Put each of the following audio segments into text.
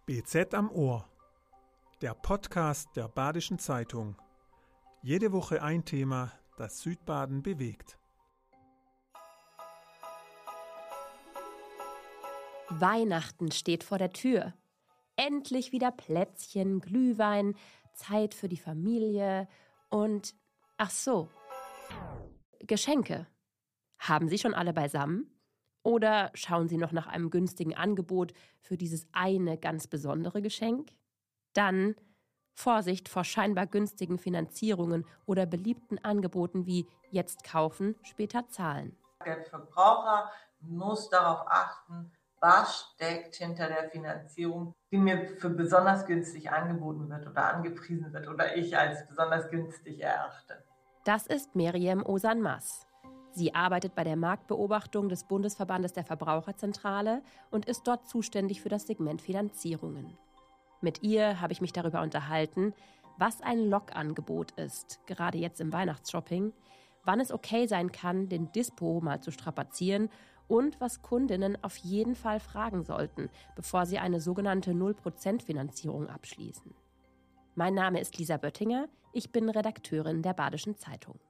BZ am Ohr, der Podcast der Badischen Zeitung. Jede Woche ein Thema, das Südbaden bewegt. Weihnachten steht vor der Tür. Endlich wieder Plätzchen, Glühwein, Zeit für die Familie und, ach so, Geschenke. Haben Sie schon alle beisammen? Oder schauen Sie noch nach einem günstigen Angebot für dieses eine ganz besondere Geschenk? Dann Vorsicht vor scheinbar günstigen Finanzierungen oder beliebten Angeboten wie jetzt kaufen, später zahlen. Der Verbraucher muss darauf achten, was steckt hinter der Finanzierung, die mir für besonders günstig angeboten wird oder angepriesen wird oder ich als besonders günstig erachte. Das ist Meryem Ozan-Mas. Sie arbeitet bei der Marktbeobachtung des Bundesverbandes der Verbraucherzentrale und ist dort zuständig für das Segment Finanzierungen. Mit ihr habe ich mich darüber unterhalten, was ein Lockangebot ist, gerade jetzt im Weihnachtsshopping, wann es okay sein kann, den Dispo mal zu strapazieren und was Kundinnen auf jeden Fall fragen sollten, bevor sie eine sogenannte 0% Finanzierung abschließen. Mein Name ist Lisa Böttinger, ich bin Redakteurin der Badischen Zeitung.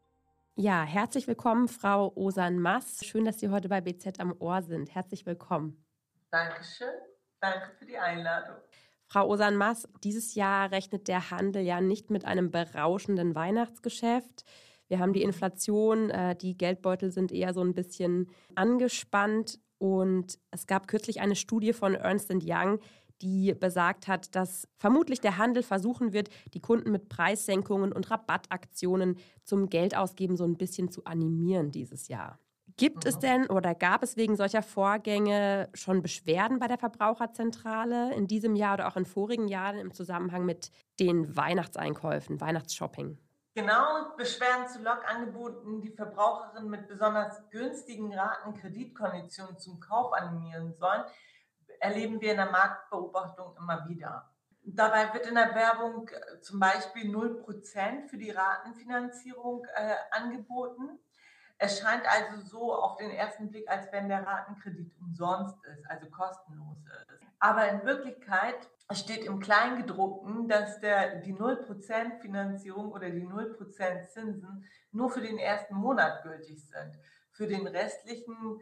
Ja, herzlich willkommen, Frau Ozan-Mas. Schön, dass Sie heute bei BZ am Ohr sind. Herzlich willkommen. Dankeschön. Danke für die Einladung. Frau Ozan-Mas, dieses Jahr rechnet der Handel ja nicht mit einem berauschenden Weihnachtsgeschäft. Wir haben die Inflation, die Geldbeutel sind eher so ein bisschen angespannt. Und es gab kürzlich eine Studie von Ernst & Young, die besagt hat, dass vermutlich der Handel versuchen wird, die Kunden mit Preissenkungen und Rabattaktionen zum Geldausgeben so ein bisschen zu animieren dieses Jahr. Gibt es denn oder gab es wegen solcher Vorgänge schon Beschwerden bei der Verbraucherzentrale in diesem Jahr oder auch in vorigen Jahren im Zusammenhang mit den Weihnachtseinkäufen, Weihnachtsshopping? Genau, Beschwerden zu Lockangeboten, die Verbraucherinnen mit besonders günstigen Ratenkreditkonditionen zum Kauf animieren sollen, erleben wir in der Marktbeobachtung immer wieder. Dabei wird in der Werbung zum Beispiel 0% für die Ratenfinanzierung angeboten. Es scheint also so auf den ersten Blick, als wenn der Ratenkredit umsonst ist, also kostenlos ist. Aber in Wirklichkeit steht im Kleingedruckten, dass die 0% Finanzierung oder die 0% Zinsen nur für den ersten Monat gültig sind. Für den restlichen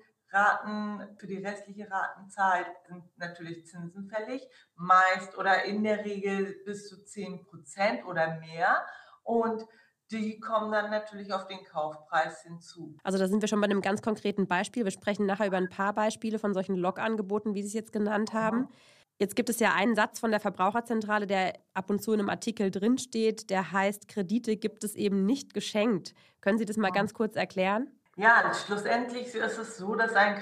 für die restliche Ratenzeit sind natürlich Zinsen fällig, meist oder in der Regel bis zu 10% oder mehr. Und die kommen dann natürlich auf den Kaufpreis hinzu. Also da sind wir schon bei einem ganz konkreten Beispiel. Wir sprechen nachher über ein paar Beispiele von solchen Lockangeboten, wie Sie es jetzt genannt haben. Jetzt gibt es ja einen Satz von der Verbraucherzentrale, der ab und zu in einem Artikel drinsteht, der heißt, Kredite gibt es eben nicht geschenkt. Können Sie das mal ganz kurz erklären? Ja, schlussendlich ist es so, dass eine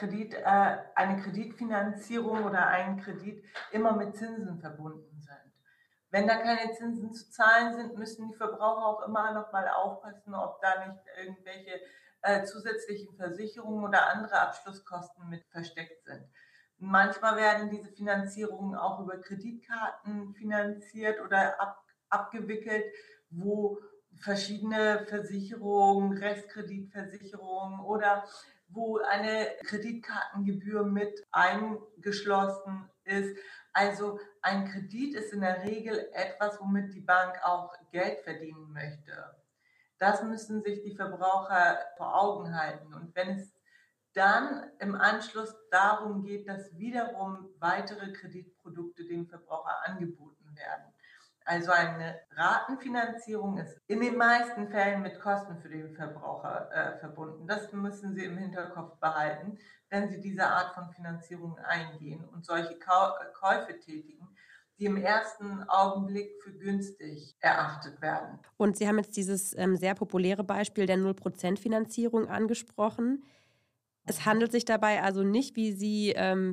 Kreditfinanzierung oder ein Kredit immer mit Zinsen verbunden sind. Wenn da keine Zinsen zu zahlen sind, müssen die Verbraucher auch immer noch mal aufpassen, ob da nicht irgendwelche zusätzlichen Versicherungen oder andere Abschlusskosten mit versteckt sind. Manchmal werden diese Finanzierungen auch über Kreditkarten finanziert oder abgewickelt, wo verschiedene Versicherungen, Restkreditversicherungen oder wo eine Kreditkartengebühr mit eingeschlossen ist. Also ein Kredit ist in der Regel etwas, womit die Bank auch Geld verdienen möchte. Das müssen sich die Verbraucher vor Augen halten. Und wenn es dann im Anschluss darum geht, dass wiederum weitere Kreditprodukte dem Verbraucher angeboten werden. Also eine Ratenfinanzierung ist in den meisten Fällen mit Kosten für den Verbraucher verbunden. Das müssen Sie im Hinterkopf behalten, wenn Sie diese Art von Finanzierung eingehen und solche Käufe tätigen, die im ersten Augenblick für günstig erachtet werden. Und Sie haben jetzt dieses sehr populäre Beispiel der 0% Finanzierung angesprochen. Es handelt sich dabei also nicht, wie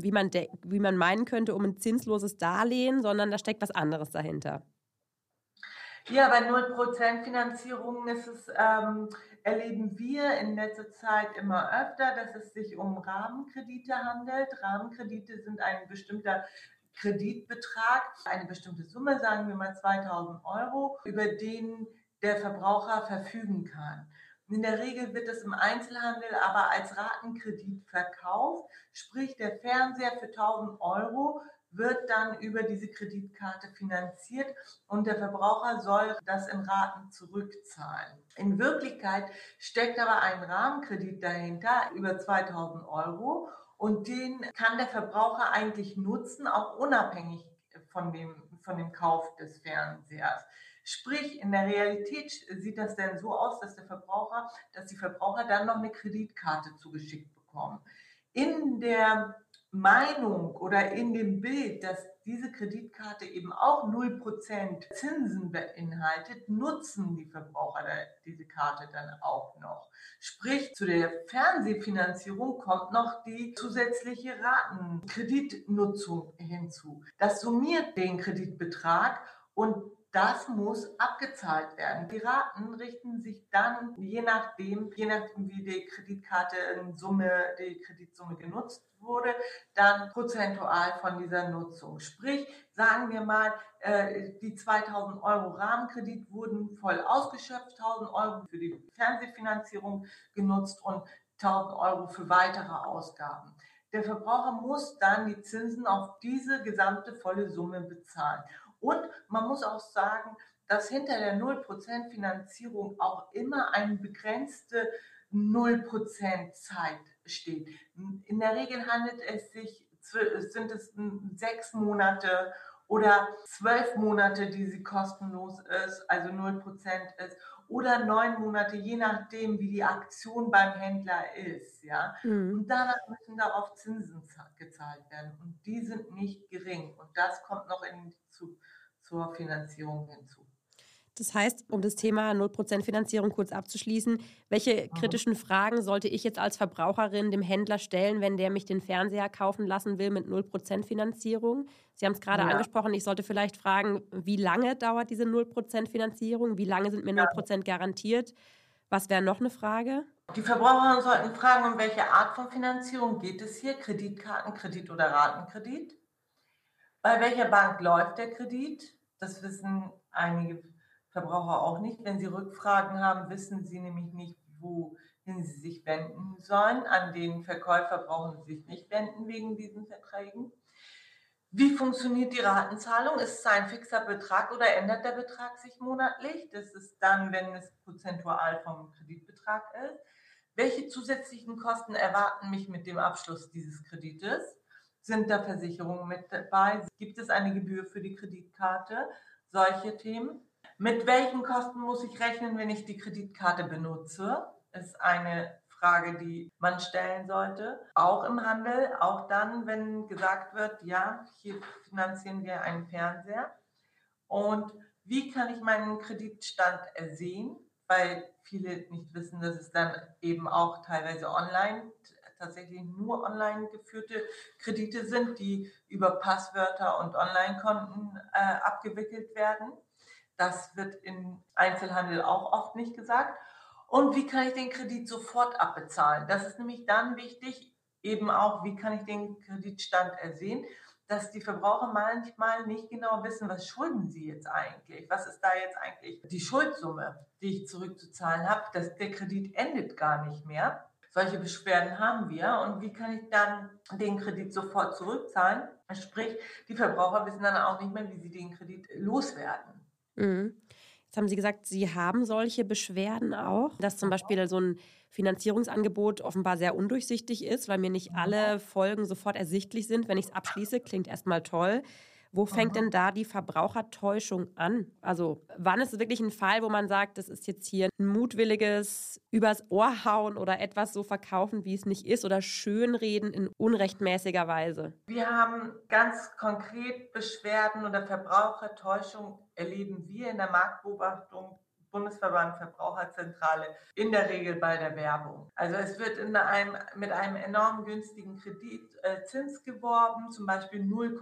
man meinen könnte, um ein zinsloses Darlehen, sondern da steckt was anderes dahinter. Ja, bei 0% Finanzierung erleben wir in letzter Zeit immer öfter, dass es sich um Rahmenkredite handelt. Rahmenkredite sind ein bestimmter Kreditbetrag, eine bestimmte Summe, sagen wir mal 2.000 €, über den der Verbraucher verfügen kann. In der Regel wird es im Einzelhandel aber als Ratenkredit verkauft, sprich der Fernseher für 1.000 € wird dann über diese Kreditkarte finanziert und der Verbraucher soll das in Raten zurückzahlen. In Wirklichkeit steckt aber ein Rahmenkredit dahinter über 2.000 Euro und den kann der Verbraucher eigentlich nutzen, auch unabhängig von dem Kauf des Fernsehers. Sprich, in der Realität sieht das denn so aus, dass die Verbraucher dann noch eine Kreditkarte zugeschickt bekommen. In der Meinung oder in dem Bild, dass diese Kreditkarte eben auch 0% Zinsen beinhaltet, nutzen die Verbraucher diese Karte dann auch noch. Sprich, zu der Fernsehfinanzierung kommt noch die zusätzliche Ratenkreditnutzung hinzu. Das summiert den Kreditbetrag und das muss abgezahlt werden. Die Raten richten sich dann, je nachdem wie die die Kreditsumme genutzt wurde, dann prozentual von dieser Nutzung. Sprich, sagen wir mal, die 2.000 Euro Rahmenkredit wurden voll ausgeschöpft, 1.000 Euro für die Fernsehfinanzierung genutzt und 1.000 Euro für weitere Ausgaben. Der Verbraucher muss dann die Zinsen auf diese gesamte volle Summe bezahlen. Und man muss auch sagen, dass hinter der 0% Finanzierung auch immer eine begrenzte 0% Zeit steht. In der Regel sind es 6 Monate oder 12 Monate, die sie kostenlos ist, also 0% ist, oder 9 Monate, je nachdem, wie die Aktion beim Händler ist. Ja? Und danach müssen darauf Zinsen gezahlt werden und die sind nicht gering und das kommt noch zur Finanzierung hinzu. Das heißt, um das Thema 0% Finanzierung kurz abzuschließen, welche kritischen Fragen sollte ich jetzt als Verbraucherin dem Händler stellen, wenn der mich den Fernseher kaufen lassen will mit 0% Finanzierung? Sie haben es gerade angesprochen, ich sollte vielleicht fragen, wie lange dauert diese 0% Finanzierung? Wie lange sind mir 0% garantiert? Was wäre noch eine Frage? Die Verbraucher sollten fragen, um welche Art von Finanzierung geht es hier? Kreditkartenkredit oder Ratenkredit? Bei welcher Bank läuft der Kredit? Das wissen einige Verbraucher auch nicht. Wenn sie Rückfragen haben, wissen sie nämlich nicht, wohin sie sich wenden sollen. An den Verkäufer brauchen sie sich nicht wenden wegen diesen Verträgen. Wie funktioniert die Ratenzahlung? Ist es ein fixer Betrag oder ändert der Betrag sich monatlich? Das ist dann, wenn es prozentual vom Kreditbetrag ist. Welche zusätzlichen Kosten erwarten mich mit dem Abschluss dieses Kredites? Sind da Versicherungen mit dabei? Gibt es eine Gebühr für die Kreditkarte? Solche Themen. Mit welchen Kosten muss ich rechnen, wenn ich die Kreditkarte benutze? Ist eine Frage, die man stellen sollte. Auch im Handel, auch dann, wenn gesagt wird, ja, hier finanzieren wir einen Fernseher. Und wie kann ich meinen Kreditstand ersehen? Weil viele nicht wissen, dass es dann eben auch teilweise tatsächlich nur online geführte Kredite sind, die über Passwörter und Online-Konten abgewickelt werden. Das wird im Einzelhandel auch oft nicht gesagt. Und wie kann ich den Kredit sofort abbezahlen? Das ist nämlich dann wichtig, eben auch, wie kann ich den Kreditstand ersehen, dass die Verbraucher manchmal nicht genau wissen, was schulden sie jetzt eigentlich? Was ist da jetzt eigentlich die Schuldsumme, die ich zurückzuzahlen habe? Der Kredit endet gar nicht mehr. Solche Beschwerden haben wir. Und wie kann ich dann den Kredit sofort zurückzahlen? Sprich, die Verbraucher wissen dann auch nicht mehr, wie sie den Kredit loswerden. Jetzt haben Sie gesagt, Sie haben solche Beschwerden auch, dass zum Beispiel so ein Finanzierungsangebot offenbar sehr undurchsichtig ist, weil mir nicht alle Folgen sofort ersichtlich sind, wenn ich es abschließe. Klingt erstmal toll. Wo fängt denn da die Verbrauchertäuschung an? Also wann ist es wirklich ein Fall, wo man sagt, das ist jetzt hier ein mutwilliges übers Ohr hauen oder etwas so verkaufen, wie es nicht ist oder schönreden in unrechtmäßiger Weise? Wir haben ganz konkret Beschwerden oder Verbrauchertäuschung erleben wir in der Marktbeobachtung Bundesverband Verbraucherzentrale in der Regel bei der Werbung. Also es wird mit einem enorm günstigen Kreditzins geworben, zum Beispiel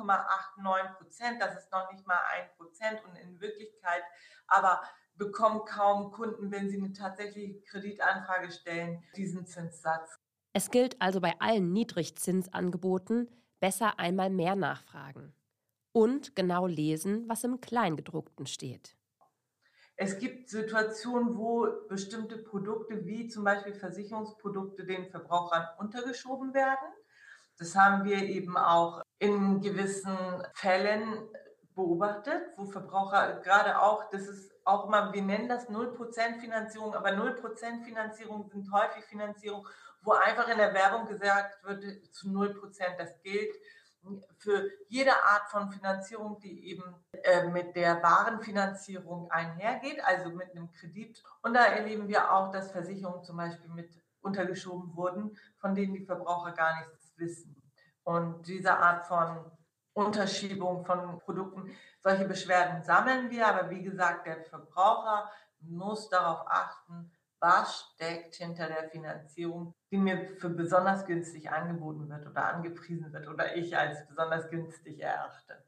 0,89%, das ist noch nicht mal 1% und in Wirklichkeit aber bekommen kaum Kunden, wenn sie eine tatsächliche Kreditanfrage stellen, diesen Zinssatz. Es gilt also bei allen Niedrigzinsangeboten, besser einmal mehr nachfragen und genau lesen, was im Kleingedruckten steht. Es gibt Situationen, wo bestimmte Produkte wie zum Beispiel Versicherungsprodukte den Verbrauchern untergeschoben werden. Das haben wir eben auch in gewissen Fällen beobachtet, wo Verbraucher gerade auch, das ist auch immer, wir nennen das 0% Finanzierung, aber 0% Finanzierung sind häufig Finanzierung, wo einfach in der Werbung gesagt wird, zu 0%, das gilt für jede Art von Finanzierung, die eben mit der Warenfinanzierung einhergeht, also mit einem Kredit. Und da erleben wir auch, dass Versicherungen zum Beispiel mit untergeschoben wurden, von denen die Verbraucher gar nichts wissen. Und diese Art von Unterschiebung von Produkten, solche Beschwerden sammeln wir, aber wie gesagt, der Verbraucher muss darauf achten, was steckt hinter der Finanzierung, die mir für besonders günstig angeboten wird oder angepriesen wird oder ich als besonders günstig erachte.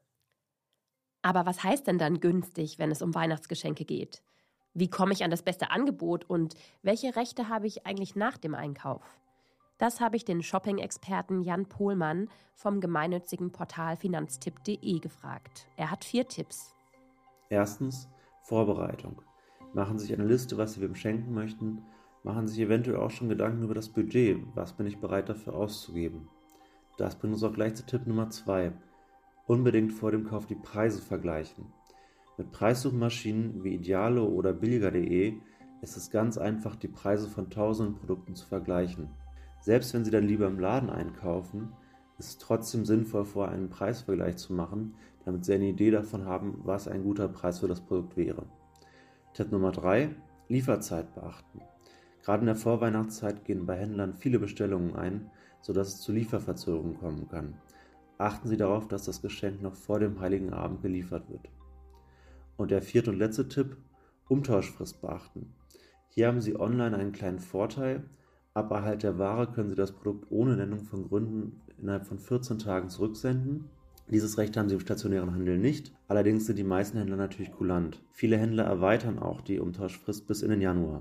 Aber was heißt denn dann günstig, wenn es um Weihnachtsgeschenke geht? Wie komme ich an das beste Angebot und welche Rechte habe ich eigentlich nach dem Einkauf? Das habe ich den Shopping-Experten Jan Pohlmann vom gemeinnützigen Portal finanztipp.de gefragt. Er hat 4 Tipps. Erstens, Vorbereitung. Machen Sie sich eine Liste, was Sie wem schenken möchten. Machen Sie sich eventuell auch schon Gedanken über das Budget. Was bin ich bereit dafür auszugeben? Das bringt uns auch gleich zu Tipp Nummer 2. Unbedingt vor dem Kauf die Preise vergleichen. Mit Preissuchmaschinen wie Idealo oder billiger.de ist es ganz einfach, die Preise von tausenden Produkten zu vergleichen. Selbst wenn Sie dann lieber im Laden einkaufen, ist es trotzdem sinnvoll, vorher einen Preisvergleich zu machen, damit Sie eine Idee davon haben, was ein guter Preis für das Produkt wäre. Tipp Nummer 3, Lieferzeit beachten. Gerade in der Vorweihnachtszeit gehen bei Händlern viele Bestellungen ein, sodass es zu Lieferverzögerungen kommen kann. Achten Sie darauf, dass das Geschenk noch vor dem Heiligen Abend geliefert wird. Und der 4. und letzte Tipp, Umtauschfrist beachten. Hier haben Sie online einen kleinen Vorteil. Ab Erhalt der Ware können Sie das Produkt ohne Nennung von Gründen innerhalb von 14 Tagen zurücksenden. Dieses Recht haben Sie im stationären Handel nicht, allerdings sind die meisten Händler natürlich kulant. Viele Händler erweitern auch die Umtauschfrist bis in den Januar.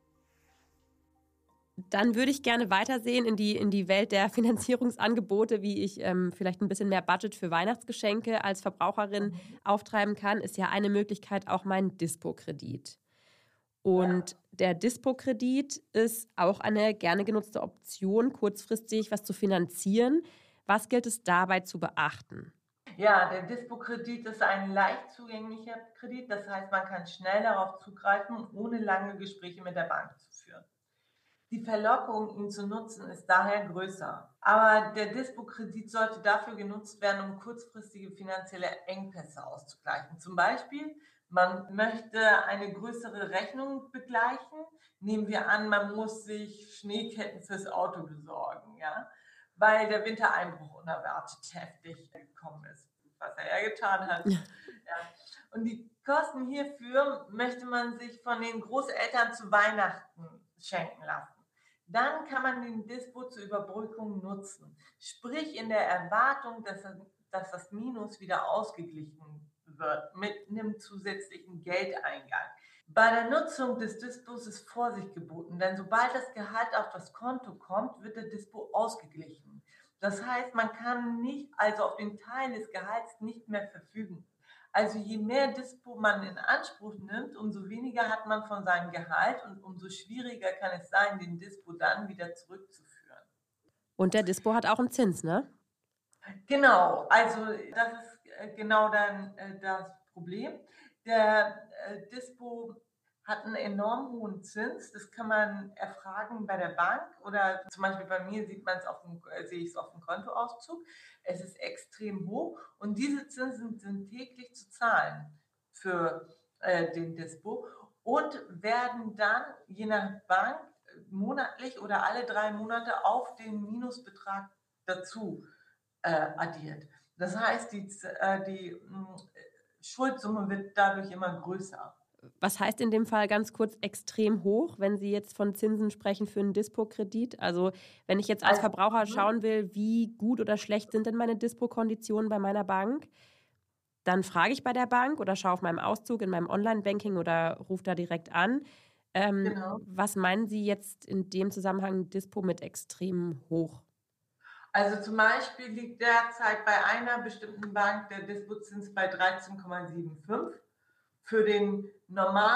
Dann würde ich gerne weitersehen in die Welt der Finanzierungsangebote, wie ich vielleicht ein bisschen mehr Budget für Weihnachtsgeschenke als Verbraucherin auftreiben kann, ist ja eine Möglichkeit auch mein Dispo-Kredit. Und der Dispo-Kredit ist auch eine gerne genutzte Option, kurzfristig was zu finanzieren. Was gilt es dabei zu beachten? Ja, der Dispo-Kredit ist ein leicht zugänglicher Kredit. Das heißt, man kann schnell darauf zugreifen, ohne lange Gespräche mit der Bank zu führen. Die Verlockung, ihn zu nutzen, ist daher größer. Aber der Dispo-Kredit sollte dafür genutzt werden, um kurzfristige finanzielle Engpässe auszugleichen. Zum Beispiel, man möchte eine größere Rechnung begleichen. Nehmen wir an, man muss sich Schneeketten fürs Auto besorgen, ja, weil der Wintereinbruch unerwartet heftig gekommen ist, was er ja getan hat. Ja. Und die Kosten hierfür möchte man sich von den Großeltern zu Weihnachten schenken lassen. Dann kann man den Dispo zur Überbrückung nutzen, sprich in der Erwartung, dass das Minus wieder ausgeglichen wird mit einem zusätzlichen Geldeingang. Bei der Nutzung des Dispos ist Vorsicht geboten, denn sobald das Gehalt auf das Konto kommt, wird der Dispo ausgeglichen. Das heißt, man kann nicht, also auf den Teil des Gehalts nicht mehr verfügen. Also je mehr Dispo man in Anspruch nimmt, umso weniger hat man von seinem Gehalt und umso schwieriger kann es sein, den Dispo dann wieder zurückzuführen. Und der Dispo hat auch einen Zins, ne? Genau, also das ist genau dann das Problem. Der Dispo hat einen enorm hohen Zins. Das kann man erfragen bei der Bank oder zum Beispiel bei mir sehe ich es auf dem Kontoauszug. Es ist extrem hoch und diese Zinsen sind täglich zu zahlen für den Dispo und werden dann je nach Bank monatlich oder alle 3 Monate auf den Minusbetrag dazu addiert. Das heißt, die Schuldsumme wird dadurch immer größer. Was heißt in dem Fall ganz kurz extrem hoch, wenn Sie jetzt von Zinsen sprechen für einen Dispo-Kredit? Also wenn ich jetzt als Verbraucher schauen will, wie gut oder schlecht sind denn meine Dispo-Konditionen bei meiner Bank, dann frage ich bei der Bank oder schaue auf meinem Auszug in meinem Online-Banking oder rufe da direkt an. Genau. Was meinen Sie jetzt in dem Zusammenhang Dispo mit extrem hoch? Also zum Beispiel liegt derzeit bei einer bestimmten Bank der Dispozins bei 13,75. Für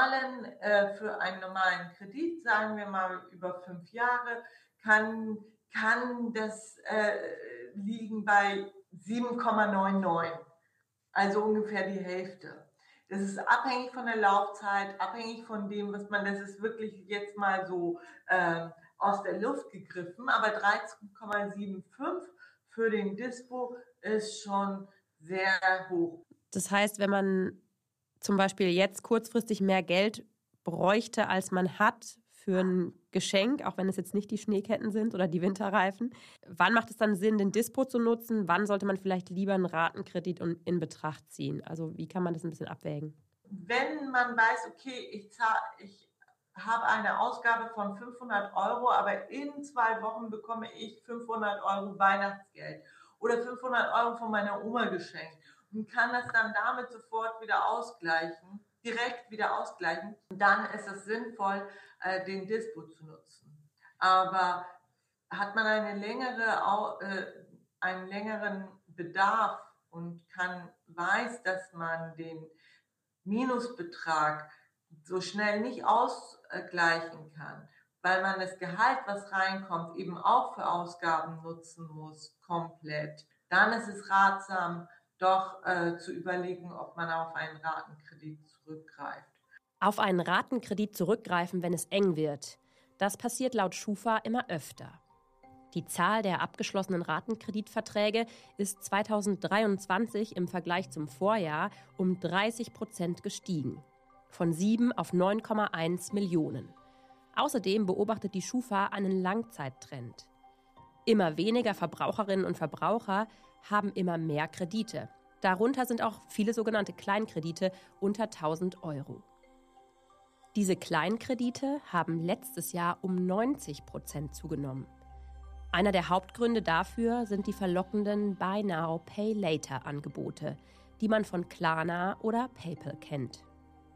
einen normalen Kredit, sagen wir mal über 5 Jahre, kann kann das liegen bei 7,99, also ungefähr die Hälfte. Das ist abhängig von der Laufzeit, abhängig von dem, das ist wirklich jetzt mal so aus der Luft gegriffen, aber 13,75 für den Dispo ist schon sehr hoch. Das heißt, wenn man zum Beispiel jetzt kurzfristig mehr Geld bräuchte, als man hat für ein Geschenk, auch wenn es jetzt nicht die Schneeketten sind oder die Winterreifen, wann macht es dann Sinn, den Dispo zu nutzen? Wann sollte man vielleicht lieber einen Ratenkredit in Betracht ziehen? Also wie kann man das ein bisschen abwägen? Wenn man weiß, okay, ich habe eine Ausgabe von 500 Euro, aber in 2 Wochen bekomme ich 500 Euro Weihnachtsgeld oder 500 Euro von meiner Oma geschenkt und kann das dann damit sofort wieder direkt wieder ausgleichen, dann ist es sinnvoll, den Dispo zu nutzen. Aber hat man einen längeren Bedarf und weiß, dass man den Minusbetrag so schnell nicht ausgleichen kann, weil man das Gehalt, was reinkommt, eben auch für Ausgaben nutzen muss, komplett, dann ist es ratsam, doch zu überlegen, ob man auf einen Ratenkredit zurückgreift. Auf einen Ratenkredit zurückgreifen, wenn es eng wird. Das passiert laut Schufa immer öfter. Die Zahl der abgeschlossenen Ratenkreditverträge ist 2023 im Vergleich zum Vorjahr um 30% gestiegen. Von 7 auf 9,1 Millionen. Außerdem beobachtet die Schufa einen Langzeittrend. Immer weniger Verbraucherinnen und Verbraucher haben immer mehr Kredite. Darunter sind auch viele sogenannte Kleinkredite unter 1.000 Euro. Diese Kleinkredite haben letztes Jahr um 90% zugenommen. Einer der Hauptgründe dafür sind die verlockenden Buy Now, Pay Later Angebote, die man von Klarna oder PayPal kennt.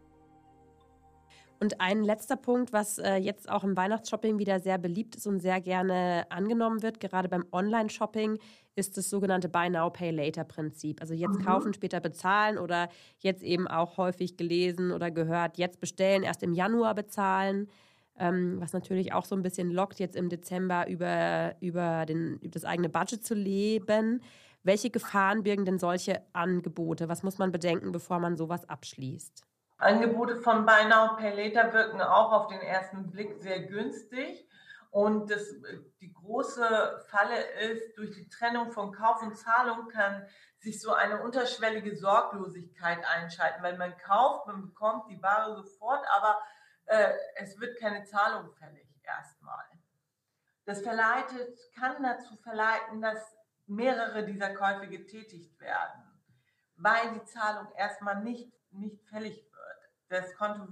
Und ein letzter Punkt, was jetzt auch im Weihnachtsshopping wieder sehr beliebt ist und sehr gerne angenommen wird, gerade beim Online-Shopping, ist das sogenannte Buy Now, Pay Later Prinzip. Also jetzt kaufen, später bezahlen oder jetzt eben auch häufig gelesen oder gehört, jetzt bestellen, erst im Januar bezahlen. Was natürlich auch so ein bisschen lockt, jetzt im Dezember über das eigene Budget zu leben. Welche Gefahren birgen denn solche Angebote? Was muss man bedenken, bevor man sowas abschließt? Angebote von Buy Now, Pay Later wirken auch auf den ersten Blick sehr günstig. Und die große Falle ist, durch die Trennung von Kauf und Zahlung kann sich so eine unterschwellige Sorglosigkeit einschalten, weil man kauft, man bekommt die Ware sofort, aber es wird keine Zahlung fällig erstmal. Das kann dazu verleiten, dass mehrere dieser Käufe getätigt werden, weil die Zahlung erstmal nicht fällig wird. Das Konto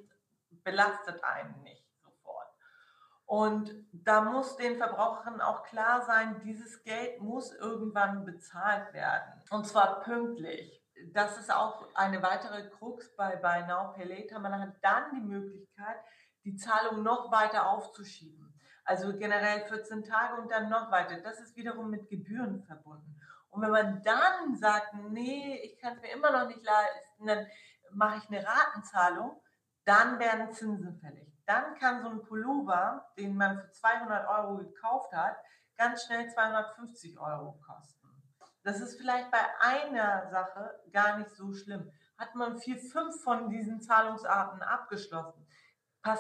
belastet einen nicht sofort. Und da muss den Verbrauchern auch klar sein, dieses Geld muss irgendwann bezahlt werden. Und zwar pünktlich. Das ist auch eine weitere Krux bei Buy Now, Pay Later. Man hat dann die Möglichkeit, die Zahlung noch weiter aufzuschieben. Also generell 14 Tage und dann noch weiter. Das ist wiederum mit Gebühren verbunden. Und wenn man dann sagt, nee, ich kann es mir immer noch nicht leisten, dann mache ich eine Ratenzahlung, dann werden Zinsen fällig. Dann kann so ein Pullover, den man für 200 Euro gekauft hat, ganz schnell 250 Euro kosten. Das ist vielleicht bei einer Sache gar nicht so schlimm. Hat man 4, 5 von diesen Zahlungsarten abgeschlossen, kann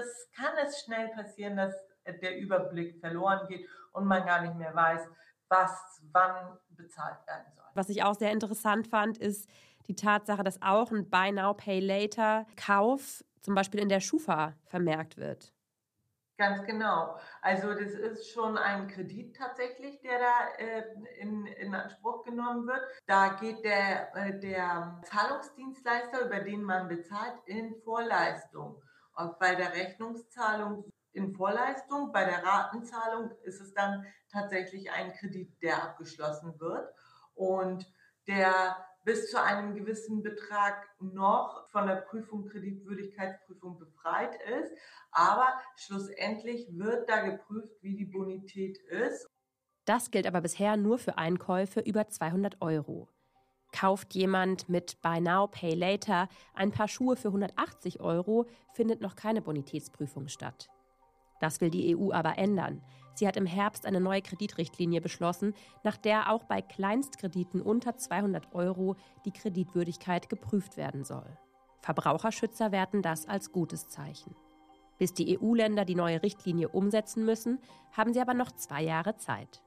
es schnell passieren, dass der Überblick verloren geht und man gar nicht mehr weiß, was wann bezahlt werden soll. Was ich auch sehr interessant fand, ist die Tatsache, dass auch ein Buy Now, Pay Later Kauf zum Beispiel in der Schufa vermerkt wird. Ganz genau. Also das ist schon ein Kredit tatsächlich, der da in Anspruch genommen wird. Da geht der Zahlungsdienstleister, über den man bezahlt, in Vorleistung. Und bei der Rechnungszahlung in Vorleistung, bei der Ratenzahlung ist es dann tatsächlich ein Kredit, der abgeschlossen wird und der bis zu einem gewissen Betrag noch von der Kreditwürdigkeitsprüfung befreit ist. Aber schlussendlich wird da geprüft, wie die Bonität ist. Das gilt aber bisher nur für Einkäufe über 200 Euro. Kauft jemand mit Buy Now, Pay Later ein paar Schuhe für 180 Euro, findet noch keine Bonitätsprüfung statt. Das will die EU aber ändern. Sie hat im Herbst eine neue Kreditrichtlinie beschlossen, nach der auch bei Kleinstkrediten unter 200 € die Kreditwürdigkeit geprüft werden soll. Verbraucherschützer werten das als gutes Zeichen. Bis die EU-Länder die neue Richtlinie umsetzen müssen, haben sie aber noch 2 Jahre Zeit.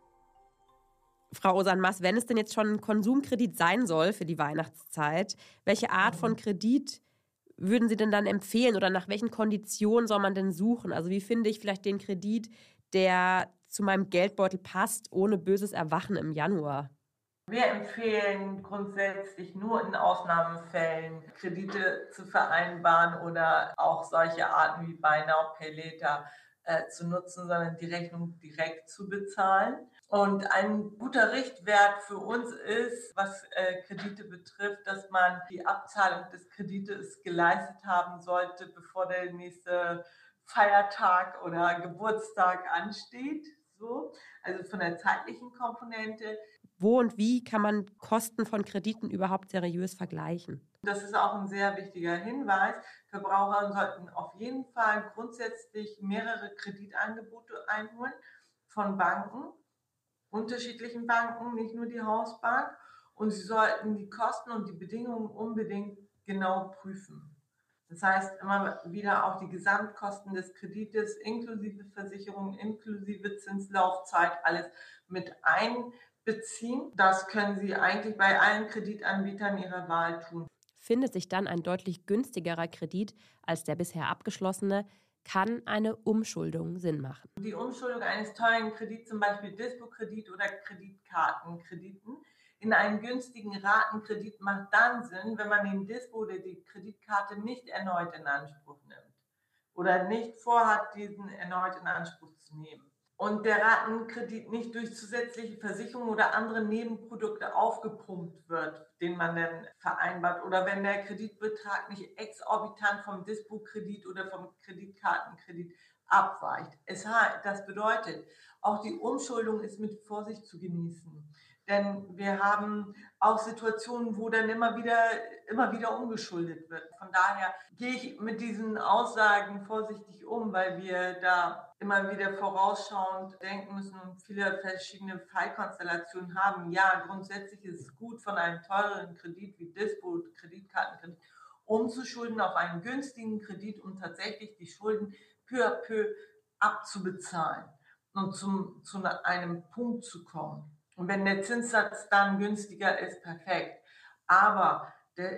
Frau Osanmaß, wenn es denn jetzt schon ein Konsumkredit sein soll für die Weihnachtszeit, welche Art von Kredit würden Sie denn dann empfehlen oder nach welchen Konditionen soll man denn suchen? Also wie finde ich vielleicht den Kredit, der zu meinem Geldbeutel passt, ohne böses Erwachen im Januar? Wir empfehlen grundsätzlich nur in Ausnahmefällen Kredite zu vereinbaren oder auch solche Arten wie Buy Now, Pay Later zu nutzen, sondern die Rechnung direkt zu bezahlen. Und ein guter Richtwert für uns ist, was Kredite betrifft, dass man die Abzahlung des Kredites geleistet haben sollte, bevor der nächste Feiertag oder Geburtstag ansteht. So. Also von der zeitlichen Komponente. Wo und wie kann man Kosten von Krediten überhaupt seriös vergleichen? Das ist auch ein sehr wichtiger Hinweis. Verbraucher sollten auf jeden Fall grundsätzlich mehrere Kreditangebote einholen von Banken, unterschiedlichen Banken, nicht nur die Hausbank. Und sie sollten die Kosten und die Bedingungen unbedingt genau prüfen. Das heißt, immer wieder auch die Gesamtkosten des Kredites inklusive Versicherung, inklusive Zinslaufzeit, alles mit einbeziehen. Das können Sie eigentlich bei allen Kreditanbietern Ihrer Wahl tun. Findet sich dann ein deutlich günstigerer Kredit als der bisher abgeschlossene, kann eine Umschuldung Sinn machen. Die Umschuldung eines teuren Kredits, zum Beispiel Dispo-Kredit oder Kreditkartenkrediten, in einen günstigen Ratenkredit macht dann Sinn, wenn man den Dispo oder die Kreditkarte nicht erneut in Anspruch nimmt oder nicht vorhat, diesen erneut in Anspruch zu nehmen. Und der Ratenkredit nicht durch zusätzliche Versicherungen oder andere Nebenprodukte aufgepumpt wird, den man dann vereinbart. Oder wenn der Kreditbetrag nicht exorbitant vom Dispo-Kredit oder vom Kreditkartenkredit abweicht. Das bedeutet, auch die Umschuldung ist mit Vorsicht zu genießen. Denn wir haben auch Situationen, wo dann immer wieder umgeschuldet wird. Von daher gehe ich mit diesen Aussagen vorsichtig um, weil wir da immer wieder vorausschauend denken müssen und viele verschiedene Fallkonstellationen haben. Ja, grundsätzlich ist es gut, von einem teureren Kredit wie Dispo, Kreditkartenkredit, umzuschulden auf einen günstigen Kredit, um tatsächlich die Schulden peu à peu abzubezahlen und zu einem Punkt zu kommen. Und wenn der Zinssatz dann günstiger ist, perfekt. Aber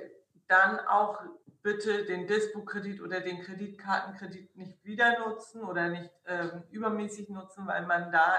dann auch bitte den Dispo-Kredit oder den Kreditkartenkredit nicht wieder nutzen oder nicht übermäßig nutzen, weil man da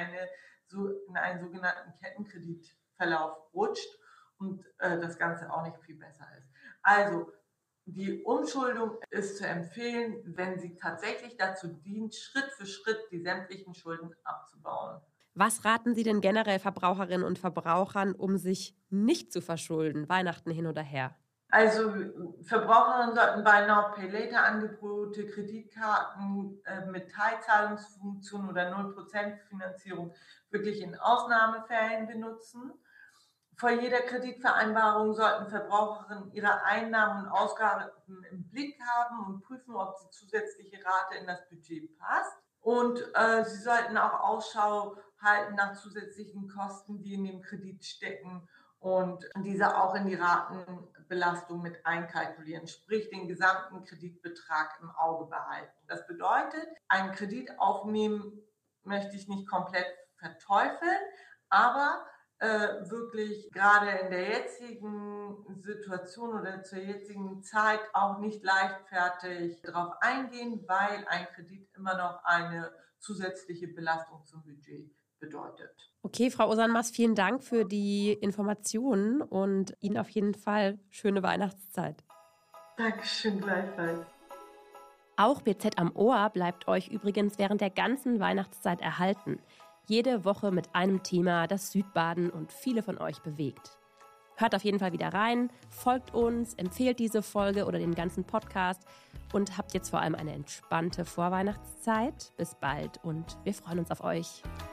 in einen sogenannten Kettenkreditverlauf rutscht und das Ganze auch nicht viel besser ist. Also die Umschuldung ist zu empfehlen, wenn sie tatsächlich dazu dient, Schritt für Schritt die sämtlichen Schulden abzubauen. Was raten Sie denn generell Verbraucherinnen und Verbrauchern, um sich nicht zu verschulden, Weihnachten hin oder her? Also Verbraucherinnen sollten Buy Now, Pay Later Angebote, Kreditkarten mit Teilzahlungsfunktion oder 0% Finanzierung wirklich in Ausnahmefällen benutzen. Vor jeder Kreditvereinbarung sollten Verbraucherinnen ihre Einnahmen und Ausgaben im Blick haben und prüfen, ob die zusätzliche Rate in das Budget passt. Und sie sollten auch Ausschau halten nach zusätzlichen Kosten, die in dem Kredit stecken und diese auch in die Ratenbelastung mit einkalkulieren, sprich den gesamten Kreditbetrag im Auge behalten. Das bedeutet, einen Kredit aufnehmen möchte ich nicht komplett verteufeln, aber wirklich gerade in der jetzigen Situation oder zur jetzigen Zeit auch nicht leichtfertig darauf eingehen, weil ein Kredit immer noch eine zusätzliche Belastung zum Budget bedeutet. Okay, Frau Osanmaß, vielen Dank für die Informationen und Ihnen auf jeden Fall schöne Weihnachtszeit. Dankeschön, gleichfalls. Auch BZ am Ohr bleibt euch übrigens während der ganzen Weihnachtszeit erhalten. Jede Woche mit einem Thema, das Südbaden und viele von euch bewegt. Hört auf jeden Fall wieder rein, folgt uns, empfehlt diese Folge oder den ganzen Podcast und habt jetzt vor allem eine entspannte Vorweihnachtszeit. Bis bald und wir freuen uns auf euch.